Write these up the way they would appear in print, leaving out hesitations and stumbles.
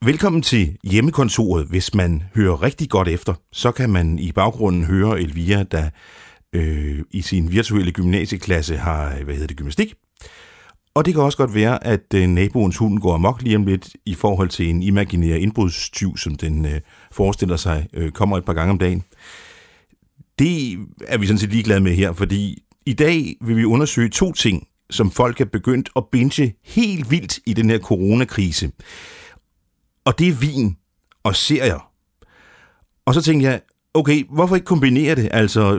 Velkommen til hjemmekontoret. Hvis man hører rigtig godt efter, så kan man i baggrunden høre Elvira, der i sin virtuelle gymnasieklasse har gymnastik. Og det kan også godt være, at naboens hund går amok lige om lidt i forhold til en imaginær indbrudstyv, som den forestiller sig kommer et par gange om dagen. Det er vi sådan set ligeglade med her, fordi i dag vil vi undersøge 2 ting, som folk er begyndt at binge helt vildt i den her coronakrise. Og det er vin og serier. Og så tænkte jeg, okay, hvorfor ikke kombinere det? Altså,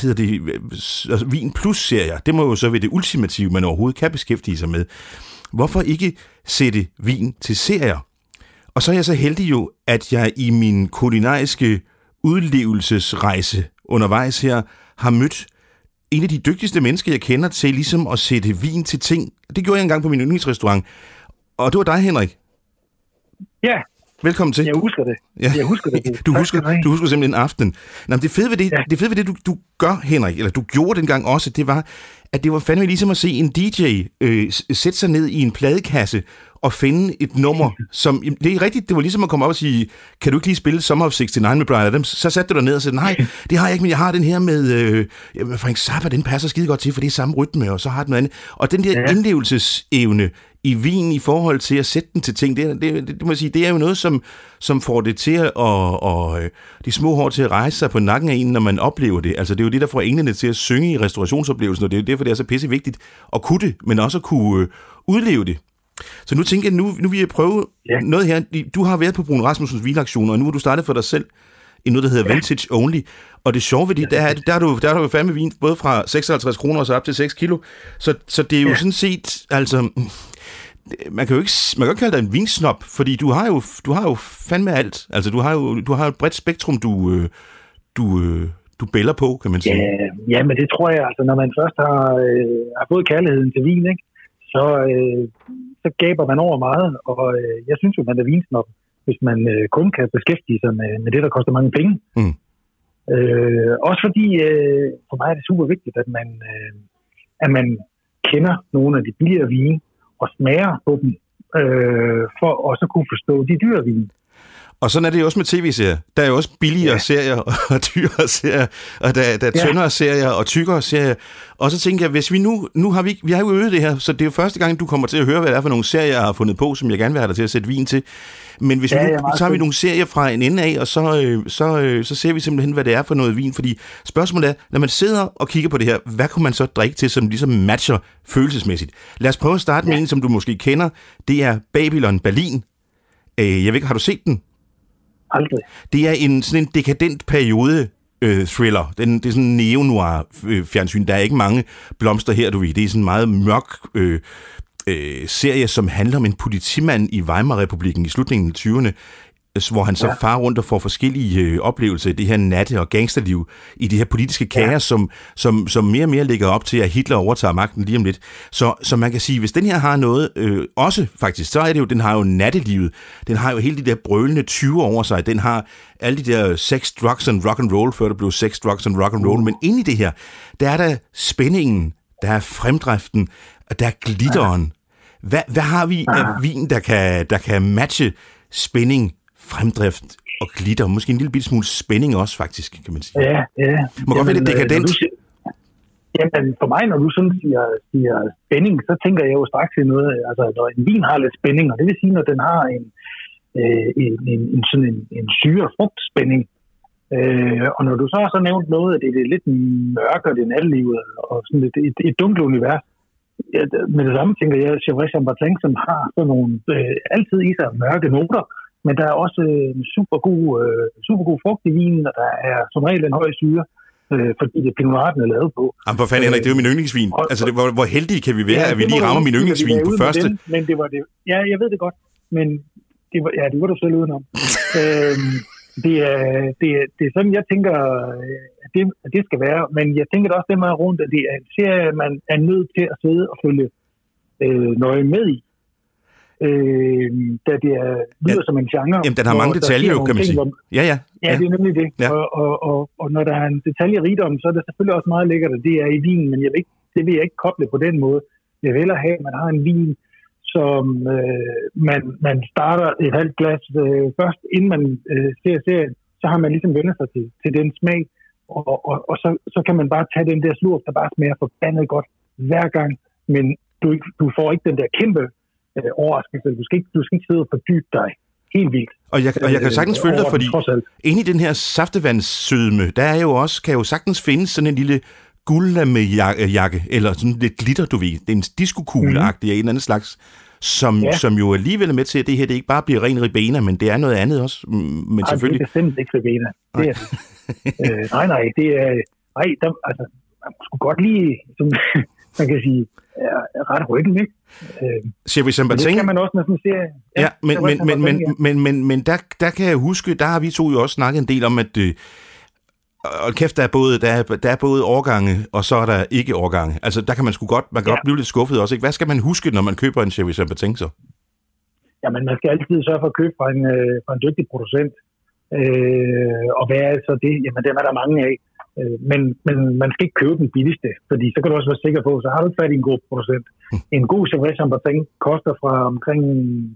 vin plus serier, det må jo så være det ultimative, man overhovedet kan beskæftige sig med. Hvorfor ikke sætte vin til serier? Og så er jeg så heldig jo, at jeg i min kulinariske udlevelsesrejse undervejs her har mødt en af de dygtigste mennesker, jeg kender til ligesom at sætte vin til ting. Det gjorde jeg engang på min yndlingsrestaurant. Og det var dig, Henrik. Ja. Velkommen til. Jeg husker det. Ja. Jeg husker det. Du husker simpelthen aftenen. Nå, det fede ved det, du gør, Henrik, eller du gjorde dengang også, det var, at det var fandme ligesom at se en DJ sætte sig ned i en pladekasse og finde et nummer, som, det er rigtigt, det var ligesom at komme op og sige, kan du ikke lige spille Summer of 69 med Bryan Adams? Så satte du dig ned og sagde, nej, det har jeg ikke, men jeg har den her med Frank Zappa, den passer skide godt til, for det er samme rytme, og så har den noget andet. Og den der indlevelsesevne i vin i forhold til at sætte den til ting, det må jeg sige, det er jo noget, som får det til og de små hår til at rejse sig på nakken af en, når man oplever det. Altså det er jo det, der får englene til at synge i restaurationsoplevelsen, og det er jo derfor, det er så pisse vigtigt at kunne det, men også at kunne udleve det. Så nu tænker jeg, nu vil jeg prøve noget her. Du har været på Bruun Rasmussens vinaktioner, og nu har du startet for dig selv i noget, der hedder Vintage Only. Og det sjove ved det, der er du jo fandme vin, både fra 56 kroner og så op til 6 kilo. Så det er jo sådan set, altså, man kan jo ikke kalde dig en vinsnop, fordi du har jo fandme alt. Altså, du har et bredt spektrum, du bæller på, kan man sige. Ja, men det tror jeg, altså, når man først har fået kærligheden til vin, ikke? Så gaber man over meget, og jeg synes jo, man er vinsnop, hvis man kun kan beskæftige sig med det, der koster mange penge. Mm. Også fordi, for mig er det super vigtigt, at man kender nogle af de billigere vine, og smager på dem, for at så kunne forstå de dyre vine. Og sådan er det jo også med tv-serier. Der er jo også billigere serier og dyrere serier, og der er tyndere serier og tykkere serier. Og så tænker jeg, hvis vi nu har vi har jo øvet det her, så det er jo første gang, du kommer til at høre, hvad det er for nogle serier, jeg har fundet på, som jeg gerne vil have dig til at sætte vin til. Men hvis så har vi nogle serier fra en ende af, og så ser vi simpelthen, hvad det er for noget vin. Fordi spørgsmålet er, når man sidder og kigger på det her, hvad kunne man så drikke til, som ligesom matcher følelsesmæssigt? Lad os prøve at starte med en, som du måske kender. Det er Babylon Berlin. Jeg ved ikke, har du set den? Aldrig. Det er sådan en dekadent periode thriller. Det er sådan en neo-noir fjernsyn. Der er ikke mange blomster her, du ved. Det er sådan en meget mørk serie, som handler om en politimand i Weimar-republikken i slutningen af 20'erne, hvor han så farer rundt og får forskellige oplevelser i det her natte- og gangsterliv, i det her politiske kaos, som mere og mere ligger op til, at Hitler overtager magten lige om lidt. Så man kan sige, hvis den her har noget, også faktisk, så er det jo, den har jo nattelivet, den har jo hele de der brølende 20 over sig, den har alle de der sex, drugs and rock and roll, før det blev sex, drugs and rock and roll, men inde i det her, der er der spændingen, der er fremdriften, og der er glitteren. Hvad har vi af vin, der kan matche spænding, fremdrift og glitter? Måske en lille bitte smule spænding også, faktisk, kan man sige. Ja. Må godt være lidt dekadent. Jamen, for mig, når du sådan siger spænding, så tænker jeg jo straks til noget, altså, når en vin har lidt spænding, og det vil sige, når den har en syre frugtspænding. Og når du så har så nævnt noget, at det er lidt mørkere, det nattelivet, og sådan et dunkelt univers, med det samme tænker jeg, Chevrolet Chambertin, som har sådan nogle altid i sig mørke noter, men der er også en super god frugt i vinen, og der er som regel en høj syre, fordi det Pinot Noir, den er lavet på. Jamen for fanden, Henrik, det er jo min yndlingsvin. Altså, hvor heldige kan vi være, at vi lige rammer min yndlingsvin på første? Men det var det. Ja, jeg ved det godt, men det var du selv udenom. Det er sådan, jeg tænker, at det skal være, men jeg tænker også det meget rundt, at det er en serie, man er nødt til at sidde og følge nøje med i. Da det lyder som en genre. Jamen, den har mange detaljer, kan man sige. Ja, det er nemlig det. Ja. Og når der er en detaljerigdom, så er det selvfølgelig også meget lækkert, at det er i vinen, men det vil jeg ikke koble på den måde. Jeg vil hellere have, at man har en vin, som man starter et halvt glas først, inden man ser serien, så har man ligesom vendt sig til den smag, og så kan man bare tage den der slurp, der bare smager forbandet godt hver gang, men du får ikke den der kæmpe overraskelse. Du skal ikke sidde og fordybe dig helt vildt. Og jeg kan sagtens følge dig, fordi inde i den her saftevandssødme, der er jo også, kan jo sagtens findes sådan en lille guldlamejakke, eller sådan lidt glitter, du ved. Det er en diskokugle-agtig af en eller anden slags, som jo alligevel er med til, at det her det ikke bare bliver ren ribena, men det er noget andet også. Men selvfølgelig... det er bestemt ikke ribena. Det er nej, det er... Nej, altså, man skulle godt lige, som man kan sige, ret ryggen, ikke? Siger vi det kan man også, når man ser... Men der kan jeg huske, der har vi to jo også snakket en del om, at og kæft, der er både årgange, og så er der ikke årgange. Altså, der kan man sgu godt, man kan godt blive lidt skuffet også, ikke? Hvad skal man huske, når man køber en Chevy Saint-Baptiste så? Jamen, man skal altid sørge for at købe fra en dygtig producent. Og hvad er så det? Jamen, dem er der mange af. Men man skal ikke købe den billigste, fordi så kan du også være sikker på, så har du ikke fat i en god producent. En god Chevy Saint-Baptiste koster fra omkring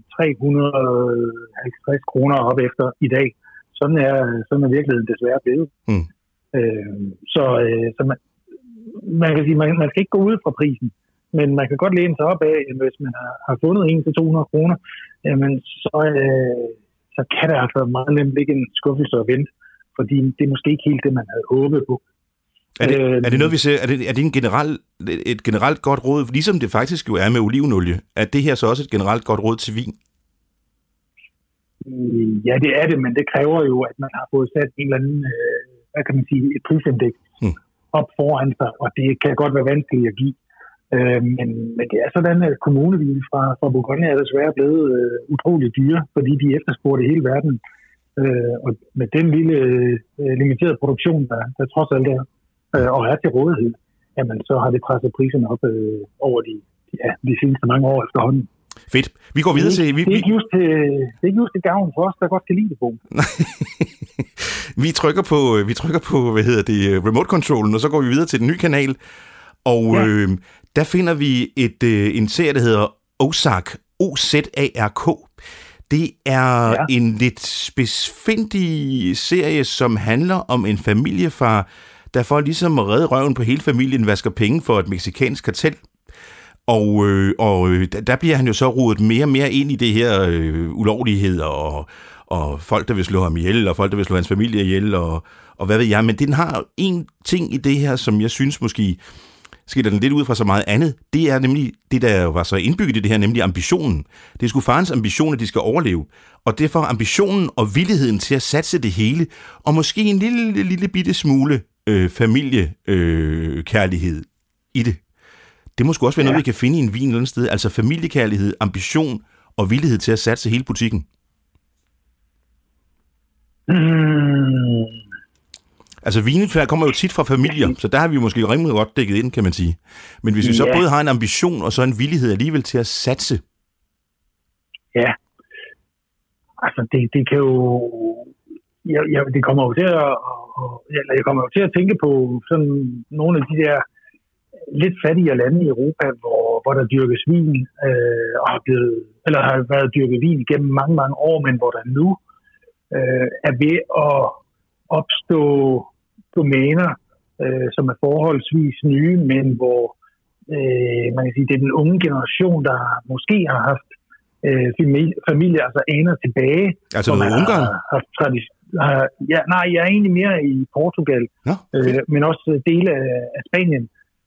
350 kroner op efter i dag. Sådan er virkeligheden desværre blevet. Så man kan sige, man skal ikke gå ud fra prisen, men man kan godt læne sig op af, hvis man har fundet 100-200 kroner, jamen så kan der altså meget nemt ligge en skuffelse og vente, fordi det er måske ikke helt det, man havde håbet på. Er det noget, vi ser? Er det et generelt godt råd, ligesom det faktisk jo er med olivenolie? Er det her så også et generelt godt råd til vin? Ja, det er det, men det kræver jo, at man har fået sat en eller anden, hvad kan man sige, et prisindeks op foran sig, og det kan godt være vanskeligt at give. Men det er sådan, at kommunevin fra Bourgogne er desværre blevet utroligt dyre, fordi de efterspurgte hele verden. Og med den lille limiterede produktion, der trods alt er, og er til rådighed, jamen så har det presset priserne op over de seneste mange år efterhånden. Fedt. Vi går videre til... Det er ikke just til gavn for os, der godt kan lide det på. Vi trykker på, remote controllen, og så går vi videre til den nye kanal. Og der finder vi en serie, der hedder Ozark. O-Z-A-R-K. Det er en lidt spidsfindig serie, som handler om en familiefar, der for ligesom at redde røven på hele familien, vasker penge for et mexikansk kartel. Og der bliver han jo så rodet mere og mere ind i det her ulovlighed og folk, der vil slå ham ihjel, og folk, der vil slå hans familie ihjel, og hvad ved jeg. Men den har en ting i det her, som jeg synes måske skiller den lidt ud fra så meget andet. Det er nemlig det, der var så indbygget i det her, nemlig ambitionen. Det er sgu farens ambition, at de skal overleve. Og derfor ambitionen og villigheden til at satse det hele, og måske en lille bitte smule familiekærlighed i det. Det må sgu også være noget, vi kan finde i en vin et eller andet sted. Altså familiekærlighed, ambition og villighed til at satse hele butikken. Altså vinefærd kommer jo tit fra familier, så der har vi jo måske rimelig godt dækket ind, kan man sige. Men hvis vi så både har en ambition og så en villighed alligevel til at satse. Ja. Altså det kan jo... det kommer jo til at... Jeg kommer jo til at tænke på sådan nogle af de der lidt fattigere lande i Europa, hvor der dyrkes vin, og har været dyrket vin igennem mange, mange år, men hvor der nu er ved at opstå domæner, som er forholdsvis nye, men hvor man kan sige, det er den unge generation, der måske har haft familie, altså aner tilbage. Altså med Ungarn? Jeg er egentlig mere i Portugal, men også dele af Spanien,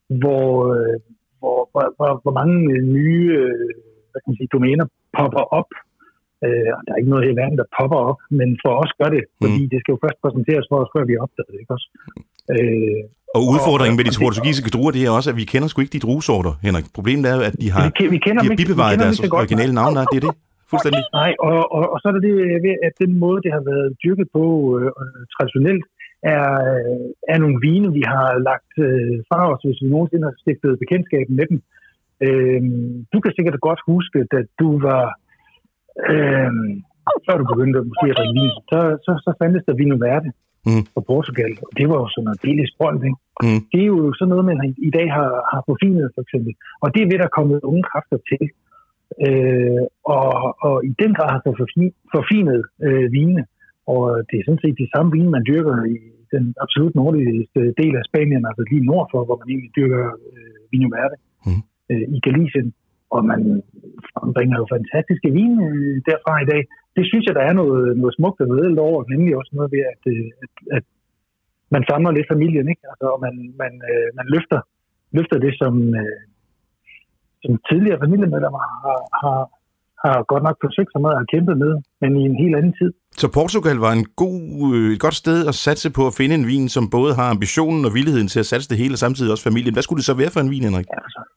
hvor mange nye hvad kan man sige, domæner popper op. Der er ikke noget i verden, der popper op, men for os gør det, fordi det skal jo først præsenteres for os, før vi opdager det, ikke også? Og udfordringen med de portugisiske druer, det er også, at vi kender sgu ikke de druesorter, Henrik. Problemet er jo, at de har bibevaret deres originale navn, det er det. Fuldstændig. Nej, og så er det ved, at den måde, det har været dyrket på traditionelt, er nogle vine, vi har lagt fra os, hvis vi nogensinde har stiftet bekendtskab med dem. Du kan sikkert godt huske, at du var, før du begyndte at drikke vin, så fandtes der Vinho Verde fra Portugal. Og det var jo sådan noget billigt sprøjt, ikke? Det er jo sådan noget, man i dag har forfinet, for eksempel. Og det er ved, der er kommet unge kræfter til. Og i den grad har så forfinet vinene. Og det er sådan set de samme vine, man dyrker i den absolut nordligste del af Spanien, altså lige nord for, hvor man egentlig dyrker Vinho Verde i Galicien. Og man frembringer jo fantastiske vine derfra i dag. Det synes jeg, der er noget smukt og noget over, nemlig også noget ved, at man samler lidt familien, ikke? Altså, og man løfter det, som tidligere familiemedlemmer har godt nok forsøgt så meget at kæmpe med, men i en helt anden tid. Så Portugal var et godt sted at satse på at finde en vin, som både har ambitionen og villigheden til at satse det hele, og samtidig også familien. Hvad skulle det så være for en vin, Henrik?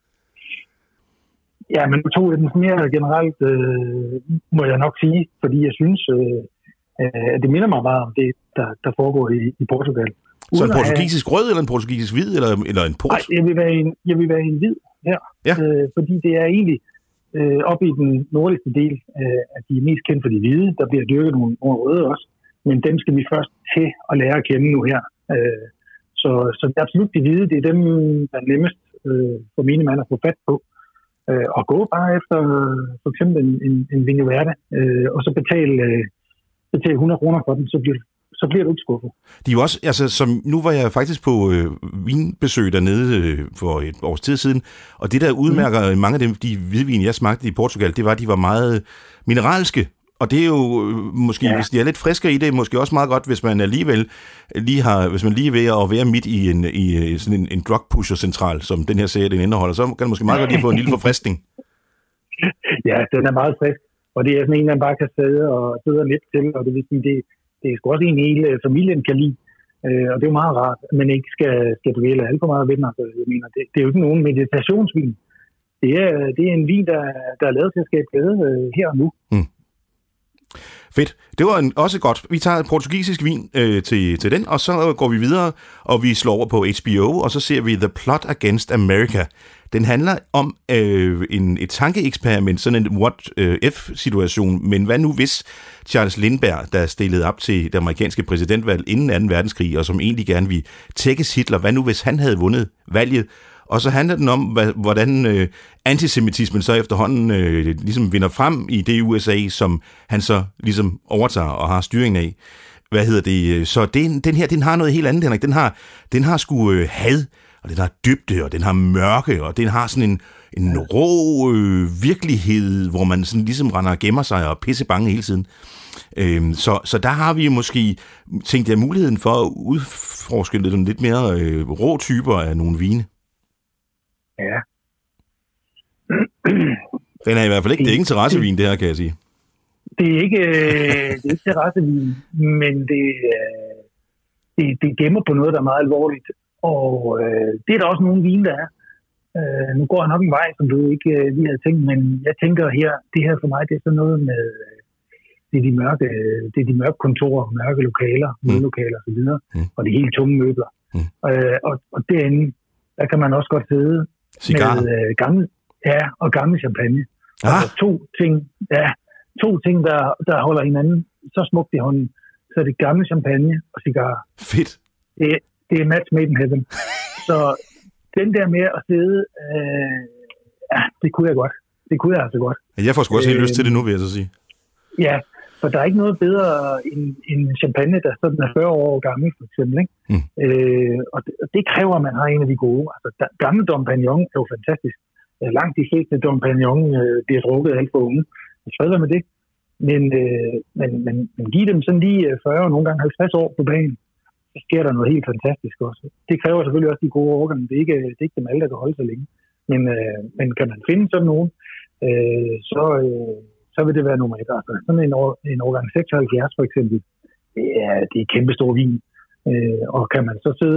Ja, men nu tog jeg den mere generelt, må jeg nok sige, fordi jeg synes, at det minder mig meget om det, der foregår i Portugal. Så en portugisisk rød, eller en portugisisk hvid, eller en port? Nej, jeg vil være en hvid her, ja. Fordi det er egentlig oppe i den nordligste del, at de er mest kendt for de hvide. Der bliver dyrket nogle røde også, men dem skal vi først til at lære at kende nu her. Så det er absolut de hvide, det er dem, der er nemmest for mine mand at få fat på. Og gå bare efter for eksempel en Vinho Verde, og så betale 100 kroner for den, så bliver du ikke skuffet. De er jo også, altså, nu var jeg faktisk på vinbesøg dernede for et års tid siden, og det der udmærker mange af de hvidvin, jeg smagte i Portugal, det var, at de var meget mineralske. Og det er jo måske, hvis de er lidt friske i det, måske også meget godt, hvis man alligevel hvis man lige er ved at være midt i sådan en drug pusher central, som den her serie den indeholder, så kan det måske meget godt lige få en lille forfriskning. Ja, den er meget frisk, og det er sådan en, man bare kan sidde og lidt til, og det vil sige, det er sgu også en hele familien kan lide, og det er jo meget rart, at man ikke skal dvæle alt for meget ved den. Altså, jeg mener, det er jo ikke nogen meditationsvin. Det er en vin, der er lavet til at skabe glæde her og nu. Fedt. Det var også godt. Vi tager portugisisk vin til den, og så går vi videre, og vi slår over på HBO, og så ser vi The Plot Against America. Den handler om et tankeeksperiment, sådan en what-if-situation, men hvad nu hvis Charles Lindbergh, der stillede op til det amerikanske præsidentvalg inden 2. verdenskrig, og som egentlig gerne ville tækkes Hitler, hvad nu hvis han havde vundet valget? Og så handler den om, hvordan antisemitismen så efterhånden ligesom vinder frem i det USA, som han så ligesom overtager og har styringen af. Så den her, den har noget helt andet, Henrik. Den har sgu had, og den har dybde, og den har mørke, og den har sådan en rå virkelighed, hvor man sådan ligesom render og gemmer sig og er pisse bange hele tiden. Så der har vi måske tænkt jer muligheden for at udforske lidt mere rå typer af nogle vine. Ja. Den er i hvert fald ikke, det er ikke en terrassevin, det her, kan jeg sige. Det er ikke terrassevin, men det gemmer på noget, der er meget alvorligt. Og det er der også nogle vine, der er. Nu går jeg nok en vej, som du ikke lige havde tænkt, men jeg tænker her, det her for mig, det er sådan noget med det er de mørke kontorer, mørke lokaler, mødelokaler og så videre, og de helt tunge møbler. Og derinde, der kan man også godt sidde cigar. Med gammel champagne. Altså to ting, der holder hinanden så smukt i hånden. Så er det gammel champagne og cigar. Fedt. Det er match made in heaven. Så den der med at sidde, det kunne jeg godt. Det kunne jeg altså godt. Jeg får sgu også helt lyst til det nu, vil jeg så sige. Ja, for der er ikke noget bedre end champagne, der sådan er 40 år gammel, for eksempel. Ikke? Og det kræver, at man har en af de gode. Altså, gammel Dom Pérignon er jo fantastisk. Langt de fleste Dom Pérignon bliver drukket alt for unge. Jeg fredder med det. Men giv dem sådan lige 40 og nogle gange 50 år på banen, så sker der noget helt fantastisk også. Det kræver selvfølgelig også de gode årgange. Det er ikke dem alle, der kan holde sig længe. Men kan man finde sådan nogen, så vil det være nummer 1. Altså, sådan en årgang 76 for eksempel, det er kæmpe stor vin. Og kan man så sidde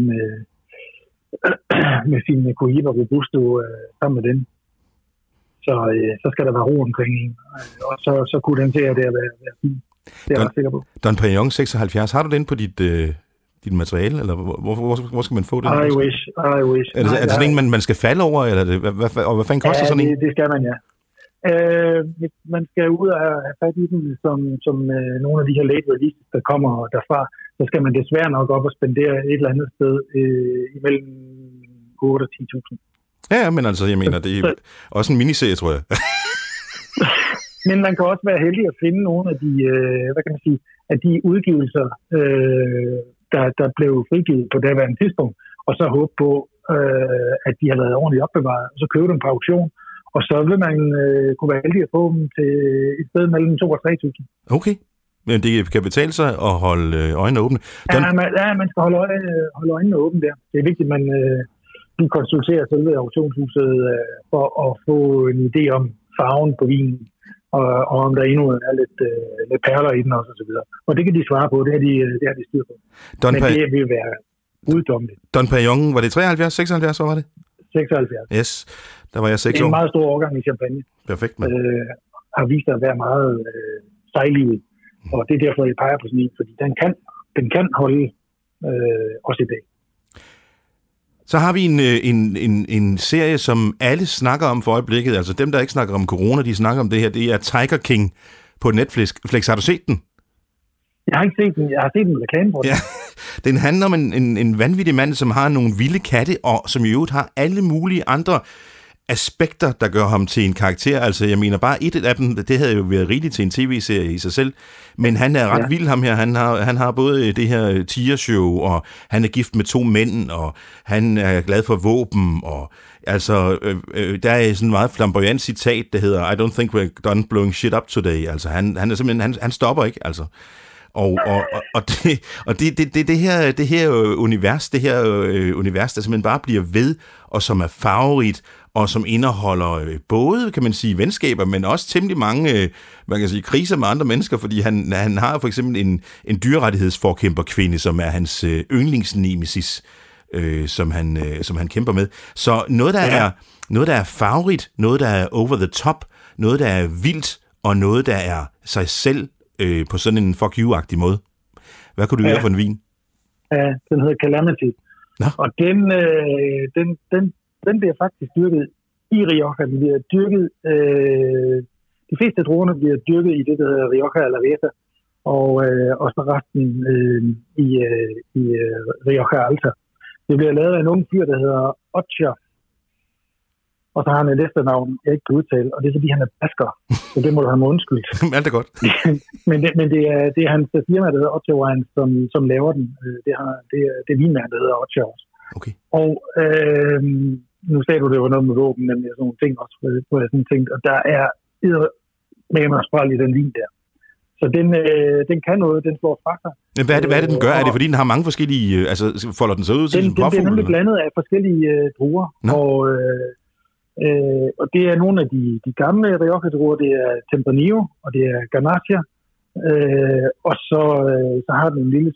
med sin Cohiba Robusto sammen med den, så skal der være ro omkring en. Og så kunne den til at være fin. Det er jeg sikker på. Don Pérignon 76, har du den på dit materiale, eller hvor skal man få den? I wish. Er det sådan en, man skal falde over, eller og hvad fanden koster sådan en? Det skal man, ja. Man skal ud og have fat i den, som nogle af de her late releases, der kommer derfra, så skal man desværre nok op og spendere et eller andet sted imellem 8 og 10.000. Ja, men altså, jeg mener, det er også en miniserie, tror jeg. Men man kan også være heldig at finde nogle af de, af de udgivelser, der blev frigivet på daværende tidspunkt, og så håbe på, at de har været ordentligt opbevaret, og så købe dem på auktion, og så vil man kunne være heldig at få dem til et sted mellem 2 og 3.000. Okay, men det kan betale sig at holde øjnene åbne. Man skal holde øjnene åbne der. Det er vigtigt, at man lige konsulterer selve auktionshuset for at få en idé om farven på vinen, og om der endnu er lidt perler i den også, og så videre. Og det kan de svare på, det har de styr på. Men det vil være uddommeligt. Dom Perignon, var det 73, 76, så var det? 76. Yes, der var jeg 6 år. Det er en meget stor årgang i champagne. Perfekt, man. Har vist sig at være meget sejlivet, og det er derfor, jeg peger på sådan en, fordi den kan holde også i dag. Så har vi en serie, som alle snakker om for øjeblikket. Altså dem, der ikke snakker om corona, de snakker om det her. Det er Tiger King på Netflix. Har du set den? Jeg har ikke set den. Jeg har set den reklame på den. Ja. Den handler om en vanvittig mand, som har nogle vilde katte, og som i øvrigt har alle mulige andre aspekter, der gør ham til en karakter. Altså, jeg mener bare et af dem, det havde jo været rigeligt til en tv-serie i sig selv, men han er ret vild, ham her. Han har både det her tigershow, og han er gift med 2 mænd, og han er glad for våben, og altså, der er sådan en meget flamboyant citat, der hedder, I don't think we're done blowing shit up today. Altså, han er simpelthen, han stopper ikke, altså. Og det her univers, der simpelthen bare bliver ved, og som er farverigt, og som indeholder både, kan man sige, venskaber, men også temmelig mange, man kan sige, kriser med andre mennesker, fordi han har for eksempel en dyrerettighedsforkæmperkvinde, som er hans yndlingsnemesis, som han kæmper med. Så noget, der er farverigt, noget, der er over the top, noget, der er vildt, og noget, der er sig selv på sådan en fuck you-agtig måde. Hvad kunne du gøre for en vin? Ja, den hedder Calamity. Nå. Og den bliver faktisk dyrket i Rioja. Den bliver dyrket, de fleste druerne bliver dyrket i det, der hedder Rioja Alavesa, og så resten i Rioja Alta. Det bliver lavet af en ung fyr, der hedder Ocha. Og så har han et efternavn, jeg ikke kan udtale, og det er fordi, han er basker. Så det må du have mig undskyldt. Alt er godt. men det er hans firma, der hedder Ocha Wine, som laver den. Det er vinmand, der hedder Ocha også. Okay. Og nu sagde du, det var noget med våben, men sådan nogle ting også, hvor jeg sådan tænkte, og der er med mig spræl i den vin der. Så den kan noget, den slår fra sig. Men hvad er det, den gør? Er det, fordi den har mange forskellige, altså folder den sig ud til den bliver nemlig blandet af forskellige druer, og det er nogle af de gamle Rioja-druer, det er Tempranillo, og det er Garnacha, og så har den en lille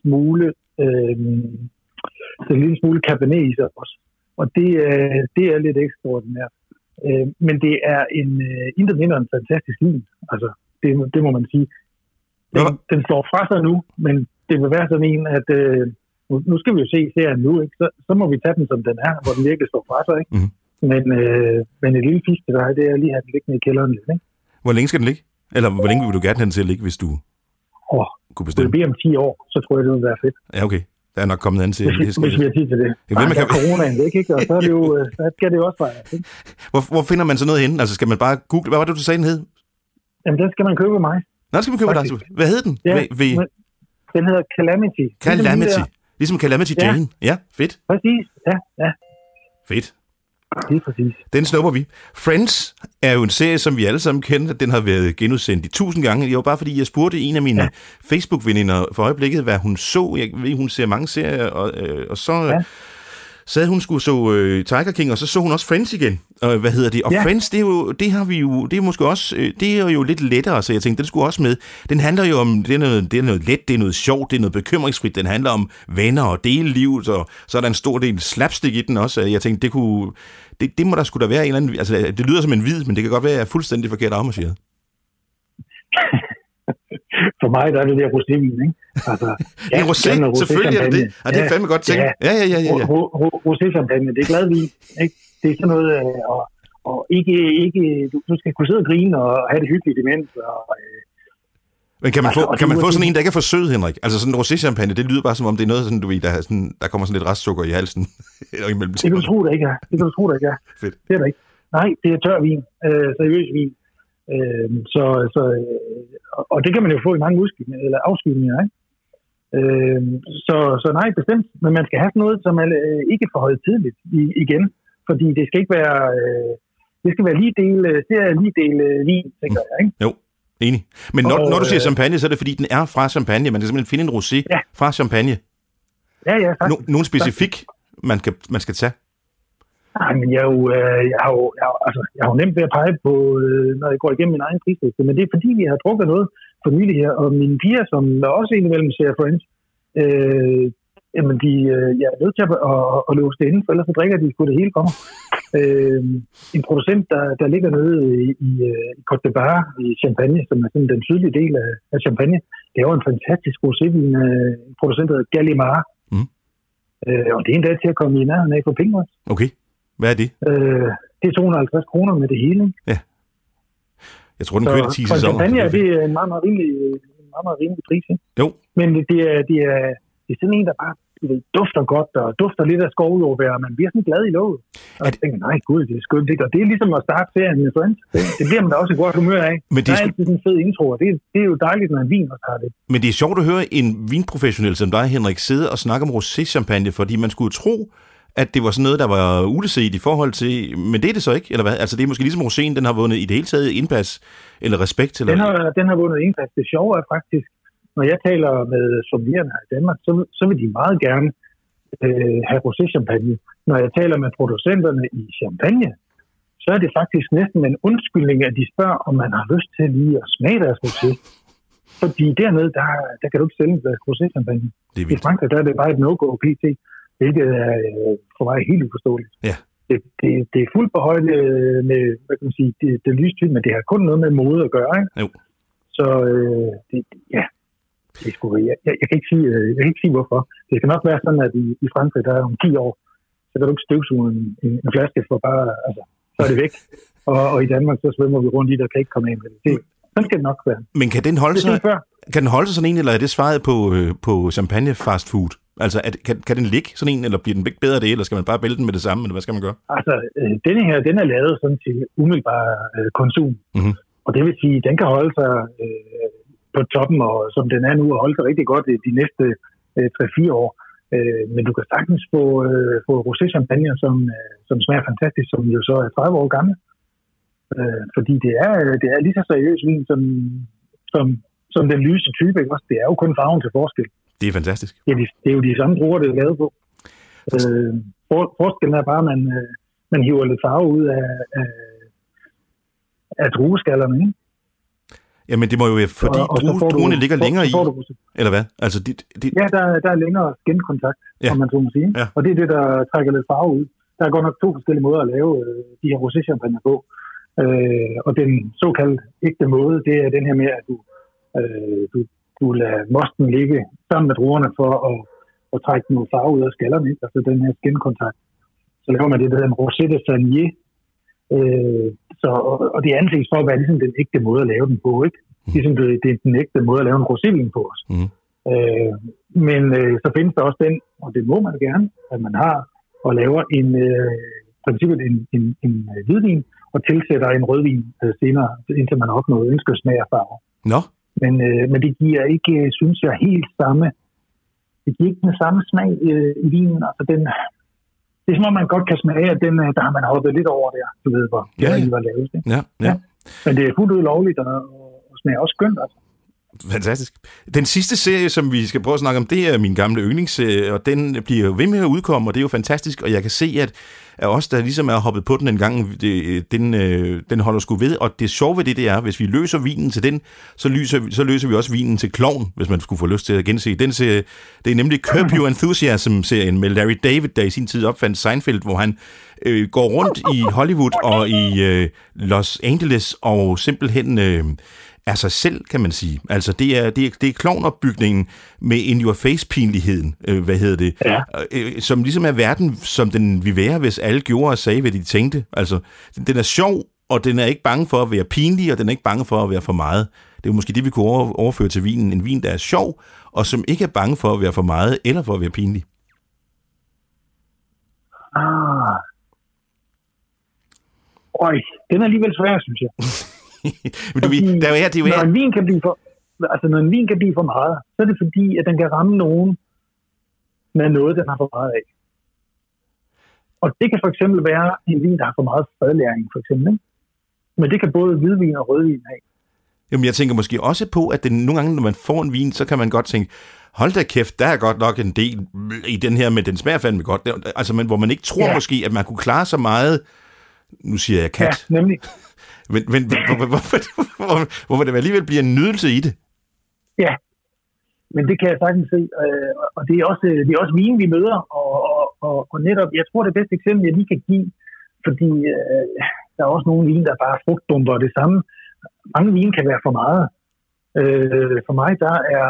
smule Cabernet i sig også. Og det er lidt ekstraordinært. Men det er intet mindre en fantastisk vin. Altså, det må man sige. Den slår fra sig nu, men det vil være sådan en, at nu skal vi jo se serien nu, ikke? Så må vi tage den, som den er, hvor den virkelig står fra sig, ikke? Mm-hmm. Men et lille fisk til dig, det er lige at have den liggende i kælderen lidt, ikke? Hvor længe skal den ligge? Eller hvor længe vil du gerne have den til at ligge, hvis du kunne bestemme? Det bliver om 10 år, så tror jeg, det vil være fedt. Ja, okay. Der er nok kommet an til. Hvis vi har tid til det. Coronaen væk, ikke? Og så er det jo, så skal det jo også fejre, ikke? Hvor finder man så noget henne? Altså skal man bare google, hvad var det, du sagde, den hed? Jamen, den skal man købe af mig. Nå, den skal man købe af dig. Hvad hed den? Ja, den hedder Calamity. Calamity. Ligesom Calamity Jane. Ja, fedt. Præcis, ja. Fedt. Det er præcis. Den snupper vi. Friends er jo en serie, som vi alle sammen kender. Den har været genudsendt 1000 gange. Det var bare fordi, jeg spurgte en af mine Facebook-veninder for øjeblikket, hvad hun så. Jeg ved, hun ser mange serier, og så sad hun skulle så Tiger King, og så hun også Friends igen. Hvad hedder det? Og Friends, det er måske også, det er jo lidt lettere, så jeg tænkte, den skulle også med. Den handler jo om, det er noget let, det er noget sjovt, det er noget bekymringsfrit. Den handler om venner og delelivet, og så er der en stor del slapstick i den også. Jeg tænkte, det må der skulle da være en eller anden, altså det lyder som en vid, men det kan godt være, at jeg er fuldstændig forkert afmarcheret. For mig der er det der rosévin, ikke? Altså, rosé, selvfølgelig er det. Og det er fandme godt tænkt. Ja. Rosé-champagne, det er glad vin, ikke? Det er sådan noget, og ikke du skal kunne sidde og grine og have det hyggeligt imens. Men kan man få sådan en, der ikke er for sød, Henrik? Altså sådan en rosé-champagne, det lyder bare som om, det er noget, sådan, du ved, der kommer sådan lidt restsukker i halsen. Det kan du tro, der ikke er. Fedt. Det er der ikke. Nej, det er tør vin, seriøs vin. Og det kan man jo få i mange afskydninger, ikke? Så nej, bestemt. Men man skal have noget, som er ikke for højtideligt igen. Fordi det skal ikke være... det skal være lige del vin, tænker jeg, ikke? Jo, enig. Men når du siger champagne, så er det fordi, den er fra champagne. Man kan simpelthen finde en rosé fra champagne. Ja, faktisk. Nogen specifik, man skal tage? Nej, men jeg har jo nemt ved at pege på, når jeg går igennem min egen prisliste, men det er fordi, vi har drukket noget for nylig her, og mine piger, som også indimellem ser Friends, jamen jeg er nødt til at låse det inden, for ellers så drikker de sgu det hele for mig. En producent, der ligger nede i Côte d'Ivoire i Champagne, som er sådan den sydlige del af Champagne, det er jo en fantastisk rosévin, en producent, der hedder Gallimard. Og det er endda til at komme i nærheden af for penge også. Okay. Hvad er det? Det er 250 kroner med det hele. Ja. Jeg tror, den kører 10 sæsoner. For champagne er det en meget, meget rimelig pris. Ikke? Jo. Men det er sådan en, der bare dufter godt og dufter lidt af skovjordbær, og man bliver sådan glad i låget. Og jeg tænker, nej gud, det er skønt. Og det er ligesom at starte serien med Friends. Det bliver man da også i godt humør af. Men det er altid sådan en fed intro, og det er jo dejligt, når en vin også har det. Men det er sjovt at høre en vinprofessionel som dig, Henrik, sidde og snakke om rosé-champagne, fordi man skulle tro, at det var sådan noget, der var uleset i forhold til... Men det er det så ikke, eller hvad? Altså, det er måske ligesom roséen, den har vundet i det hele taget indpas, eller respekt? Eller... Den har vundet indpas. Det sjove er faktisk, når jeg taler med sommelierne her i Danmark, så vil de meget gerne have rosé-champagne. Når jeg taler med producenterne i champagne, så er det faktisk næsten en undskyldning, at de spørger, om man har lyst til lige at smage deres rosé. Fordi dernede, der kan du ikke sælge deres rosé-champagne. I Frankrig, der er det bare et no-go pt. Hvilket er for mig helt uforståeligt. Ja. Det er fuldt på højde med, hvad kan man sige, det lystype, men det har kun noget med mode at gøre, ikke? Jo. Så det er sgu, jeg kan ikke sige hvorfor. Det skal nok være sådan, at i Frankrig, der er om 10 år, så kan du ikke støvsuge en flaske for bare, altså, så er det væk. Og i Danmark, så svømmer vi rundt i, der kan ikke komme ind med det. Sådan skal det nok være. Men kan den holde sig sådan en, eller er det svaret på champagne fast food? Altså, kan den ligge sådan en, eller bliver den bedre af det, eller skal man bare vælge den med det samme, eller hvad skal man gøre? Altså, denne her, den er lavet sådan til umiddelbar konsum. Mm-hmm. Og det vil sige, den kan holde sig på toppen, og som den er nu, og holde sig rigtig godt de næste 3-4 år. Men du kan sagtens få rosé-champagne, som smager fantastisk, som jo så er 30 år gammel. Fordi det er lige så seriøs vin, som den lyse type, ikke også? Det er jo kun farven til forskel. Det er fantastisk. Det er jo de samme druer, det er lavet på. Forskellen er bare, at man hiver lidt farve ud af drueskallerne, ikke? Jamen, det må jo være, fordi druerne ligger længere i, eller hvad? Altså, Ja, der er længere skinkontakt, om man så må sige. Ja. Og det er det, der trækker lidt farve ud. Der er godt nok 2 forskellige måder at lave de her rosé-champagne på. Og den såkaldte ægte måde, det er den her med, at du lader mosten ligge sammen med druerne for at trække noget farve ud af skallerne, ikke? Altså den her skinkontakt. Så laver man det, der hedder en rosé de Sanier. Og det anses for at være ligesom den ægte måde at lave den på, ikke? Ligesom det er den ægte måde at lave en rosévin på os. Men så findes der også den, og det må man gerne, at man har, og laver princippet en hvidvin, og tilsætter en rødvin senere, indtil man opnår ønsket smag og farve. Nå. Men det giver ikke, synes jeg, helt samme. Det giver ikke den samme smag i vinen. Altså det er som om man godt kan smage, at der har man hoppet lidt over der, du ved, hvor det var lavet. Ja. Men det er fuldt ud lovligt, og smager også skønt, altså. Fantastisk. Den sidste serie, som vi skal prøve at snakke om, det er min gamle yndlingsserie, og den bliver jo ved med at udkomme, og det er jo fantastisk, og jeg kan se, at os, der ligesom er hoppet på den en gang, den holder sgu ved, og det sjove ved det er, hvis vi løser vinen til den, så løser vi også vinen til Klovn, hvis man skulle få lyst til at gense den serie. Det er nemlig Curb Your Enthusiasm-serien med Larry David, der i sin tid opfandt Seinfeld, hvor han går rundt i Hollywood og i Los Angeles og simpelthen er sig selv, kan man sige. Altså, det er klovnopbygningen med in-your-face-pinligheden, som ligesom er verden, som den vil være, hvis alle gjorde og sagde, hvad de tænkte. Altså, den er sjov, og den er ikke bange for at være pinlig, og den er ikke bange for at være for meget. Det er jo måske det, vi kunne overføre til vinen. En vin, der er sjov, og som ikke er bange for at være for meget, eller for at være pinlig. Den er alligevel svær, synes jeg. Men når en vin kan blive når en vin kan blive for meget, så er det fordi, at den kan ramme nogen med noget, den har for meget af. Og det kan for eksempel være en vin, der har for meget fadlæring, for eksempel. Ikke? Men det kan både hvidvin og rødvin have. Jamen, jeg tænker måske også på, at nogle gange, når man får en vin, så kan man godt tænke, hold da kæft, der er godt nok en del i den her, men den smager fandme godt. Altså, hvor man ikke tror måske, at man kunne klare så meget, nu siger jeg kat. Ja, nemlig. Men hvorfor det alligevel bliver en nydelse i det? Ja, men det kan jeg sagtens se. Og det er også vin, vi møder. Og netop, jeg tror, det bedste eksempel, jeg lige kan give, fordi der er også nogle vin, der bare er frugtbomber og det samme. Mange vin kan være for meget. For mig, der er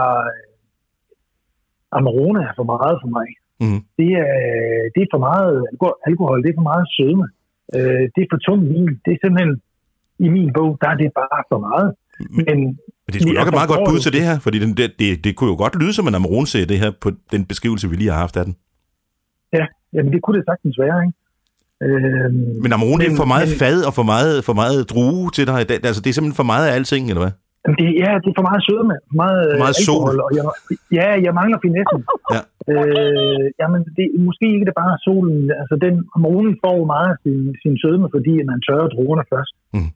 Amarone er for meget for mig. Mm. Det er for meget alkohol, det er for meget sødme. Det er for tung vin. Det er simpelthen, i min bog, der er det bare for meget. Men det skulle nok et meget godt bud til det her, fordi det kunne jo godt lyde som en Amarone-serie, det her, på den beskrivelse, vi lige har haft af den. Ja, men det kunne det sagtens være, ikke? Men Amarone er for meget fad og for meget drue til dig. Altså, det er simpelthen for meget af alting, eller hvad? Det er for meget sødme, for meget alkohol. Sol. Og jeg mangler finessen. Ja. Jamen, måske ikke det bare solen. Altså, Amarone får meget af sin sødme, fordi man tørrer druerne først. Mm.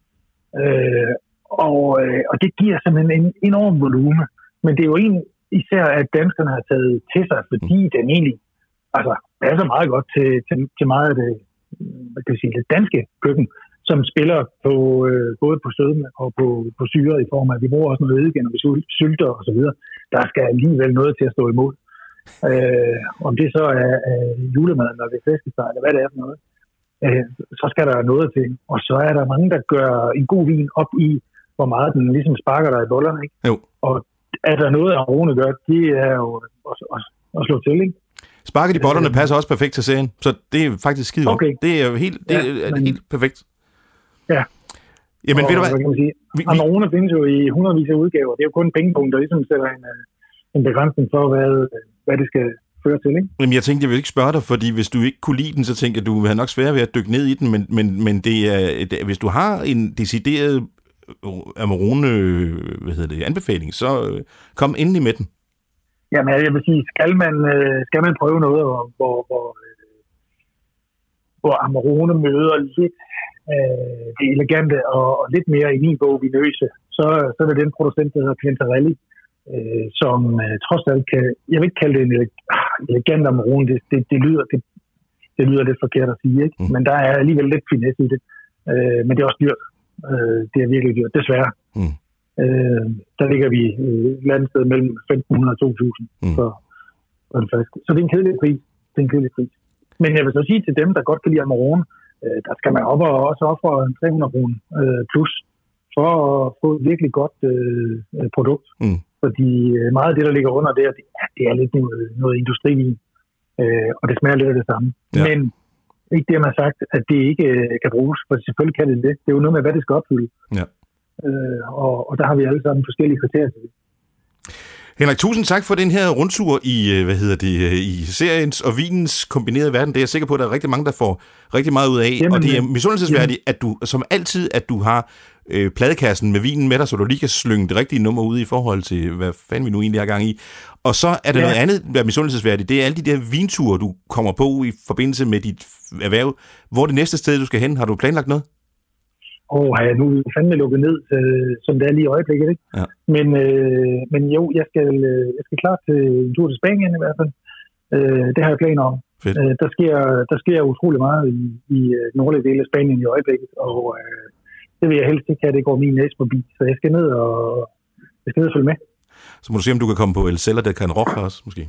Og det giver simpelthen en enorm volumen. Men det er jo især, at danskerne har taget til sig, fordi den egentlig passer meget godt til meget af det, det danske køkken, som spiller på både på sødme og på syre i form af, vi bruger også noget eddike, når vi sylter og så videre. Der skal alligevel noget til at stå imod. Om det så er julemad, når det er flæskesteg, eller hvad det er for noget, så skal der noget til. Og så er der mange, der gør en god vin op i, hvor meget den ligesom sparker dig i bollerne. Ikke? Jo. Og er der noget, Amarone gør, det er jo at slå til, ikke? Sparket i bollerne passer også perfekt til serien, så det er faktisk skide godt. Okay. Det er jo helt perfekt. Ja. Jamen, ved du hvad? Kan man sige? Amarone findes jo i hundredvis af udgaver. Det er jo kun en pengepunkt, der ligesom sætter en begrænsning for, hvad det skal føre til, ikke? Jamen, jeg tænkte, jeg vil ikke spørge dig, fordi hvis du ikke kunne lide den, så tænkte jeg, at du vil have nok svært ved at dykke ned i den, men det er, hvis du har en decideret Amarone, anbefaling, så kom endelig med den. Jamen, jeg vil sige, skal man prøve noget, hvor Amarone møder lidt det elegante og lidt mere i min bog vinøse, så er det den producent, der hedder Quintarelli, som trods alt kan, jeg vil ikke kalde det en elegant Amarone, det lyder lidt forkert at sige, ikke? Men der er alligevel lidt finesse i det, men det er også dyrt. Det er virkelig dyrt, desværre. Der ligger vi et andet sted mellem 1.500 og 2.000 for en flaske. Så det er en kedelig pris. Men jeg vil så sige til dem, der godt kan lide Amarone, der skal man op og også ofre 300 kroner plus for at få et virkelig godt produkt. Fordi meget af det, der ligger under det er lidt noget industrivin, og det smager lidt af det samme. Ja. Men ikke det, man har sagt, at det ikke kan bruges, for selvfølgelig kan det det. Det er jo noget med, hvad det skal opfylde. Ja. Og der har vi alle sammen forskellige kriterier til det. Henrik, tusind tak for den her rundtur i, i seriens og vinens kombinerede verden. Det er jeg sikker på, at der er rigtig mange, der får rigtig meget ud af. Jamen, og det er misundelsesværdigt, at du, som altid, at du har pladekassen med vinen med dig, så du lige kan slynge det rigtige nummer ud i forhold til, hvad fanden vi nu egentlig har gang i. Og så er der noget andet, der er misundelsesværdigt. Det er alle de der vinture, du kommer på i forbindelse med dit erhverv. Hvor er det næste sted, du skal hen? Har du planlagt noget? Nu er vi fandme lukket ned, som det er lige i øjeblikket, ikke? Ja. Men jo, jeg skal klart til en tur til Spanien i hvert fald. Det har jeg planer om. Der sker utrolig meget i nordlige dele af Spanien i øjeblikket, og det vil jeg helst ikke have, det går min næse forbi. Så jeg skal ned og følge med. Så må du se, om du kan komme på El Celler de Can Roca også, måske?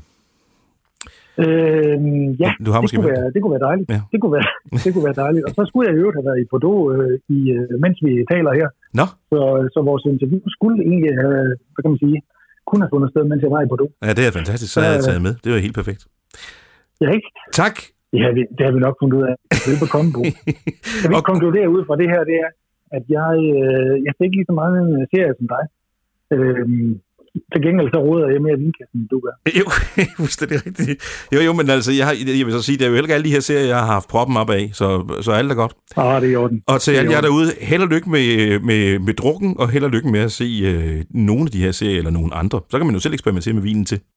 Ja, det kunne være dejligt. Ja. Det kunne være dejligt. Og så skulle jeg i øvrigt have været i Bordeaux, mens vi taler her. Nå. Så vores interview skulle egentlig have, hvad kan man sige, kunne have fundet sted, mens jeg var i Bordeaux. Ja, det er fantastisk. Så havde jeg taget med. Det var helt perfekt. Ja, ikke? Tak. Det har vi nok fundet ud af. Velbekomme på. Kan vi konkludere ud fra det her, det er, at jeg fik lige så meget en serie som dig. til gengæld så råder jeg mere vinkassen, end du gør. Jo, det er rigtigt. Jo, men altså, jeg vil så sige, det er jo heller ikke alle de her serier, jeg har haft proppen op af, så alt er godt. Det er i orden. Og til alle jer derude, held og lykke med drukken, og held og lykke med at se nogle af de her serier, eller nogle andre. Så kan man jo selv eksperimentere med vinen til.